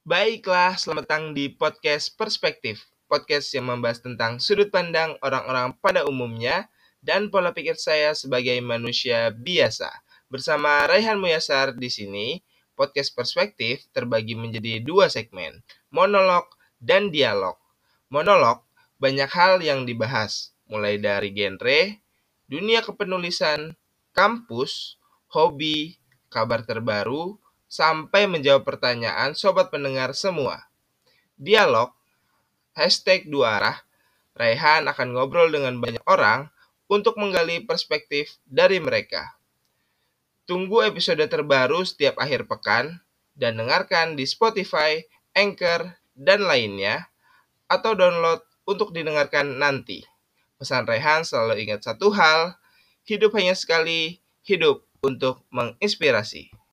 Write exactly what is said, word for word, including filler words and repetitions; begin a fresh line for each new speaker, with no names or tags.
Baiklah, selamat datang di podcast Perspektif. Podcast yang membahas tentang sudut pandang orang-orang pada umumnya dan pola pikir saya sebagai manusia biasa. Bersama Raihan Muyasar di sini, podcast Perspektif terbagi menjadi dua segmen, monolog dan dialog. Monolog, banyak hal yang dibahas, mulai dari genre, dunia kepenulisan, kampus, hobi, kabar terbaru, sampai menjawab pertanyaan sobat pendengar semua. Dialog, hashtag dua arah, Raihan akan ngobrol dengan banyak orang untuk menggali perspektif dari mereka. Tunggu episode terbaru setiap akhir pekan dan dengarkan di Spotify, Anchor, dan lainnya, atau download untuk didengarkan nanti. Pesan Raihan selalu ingat satu hal, hidup hanya sekali, hidup untuk menginspirasi.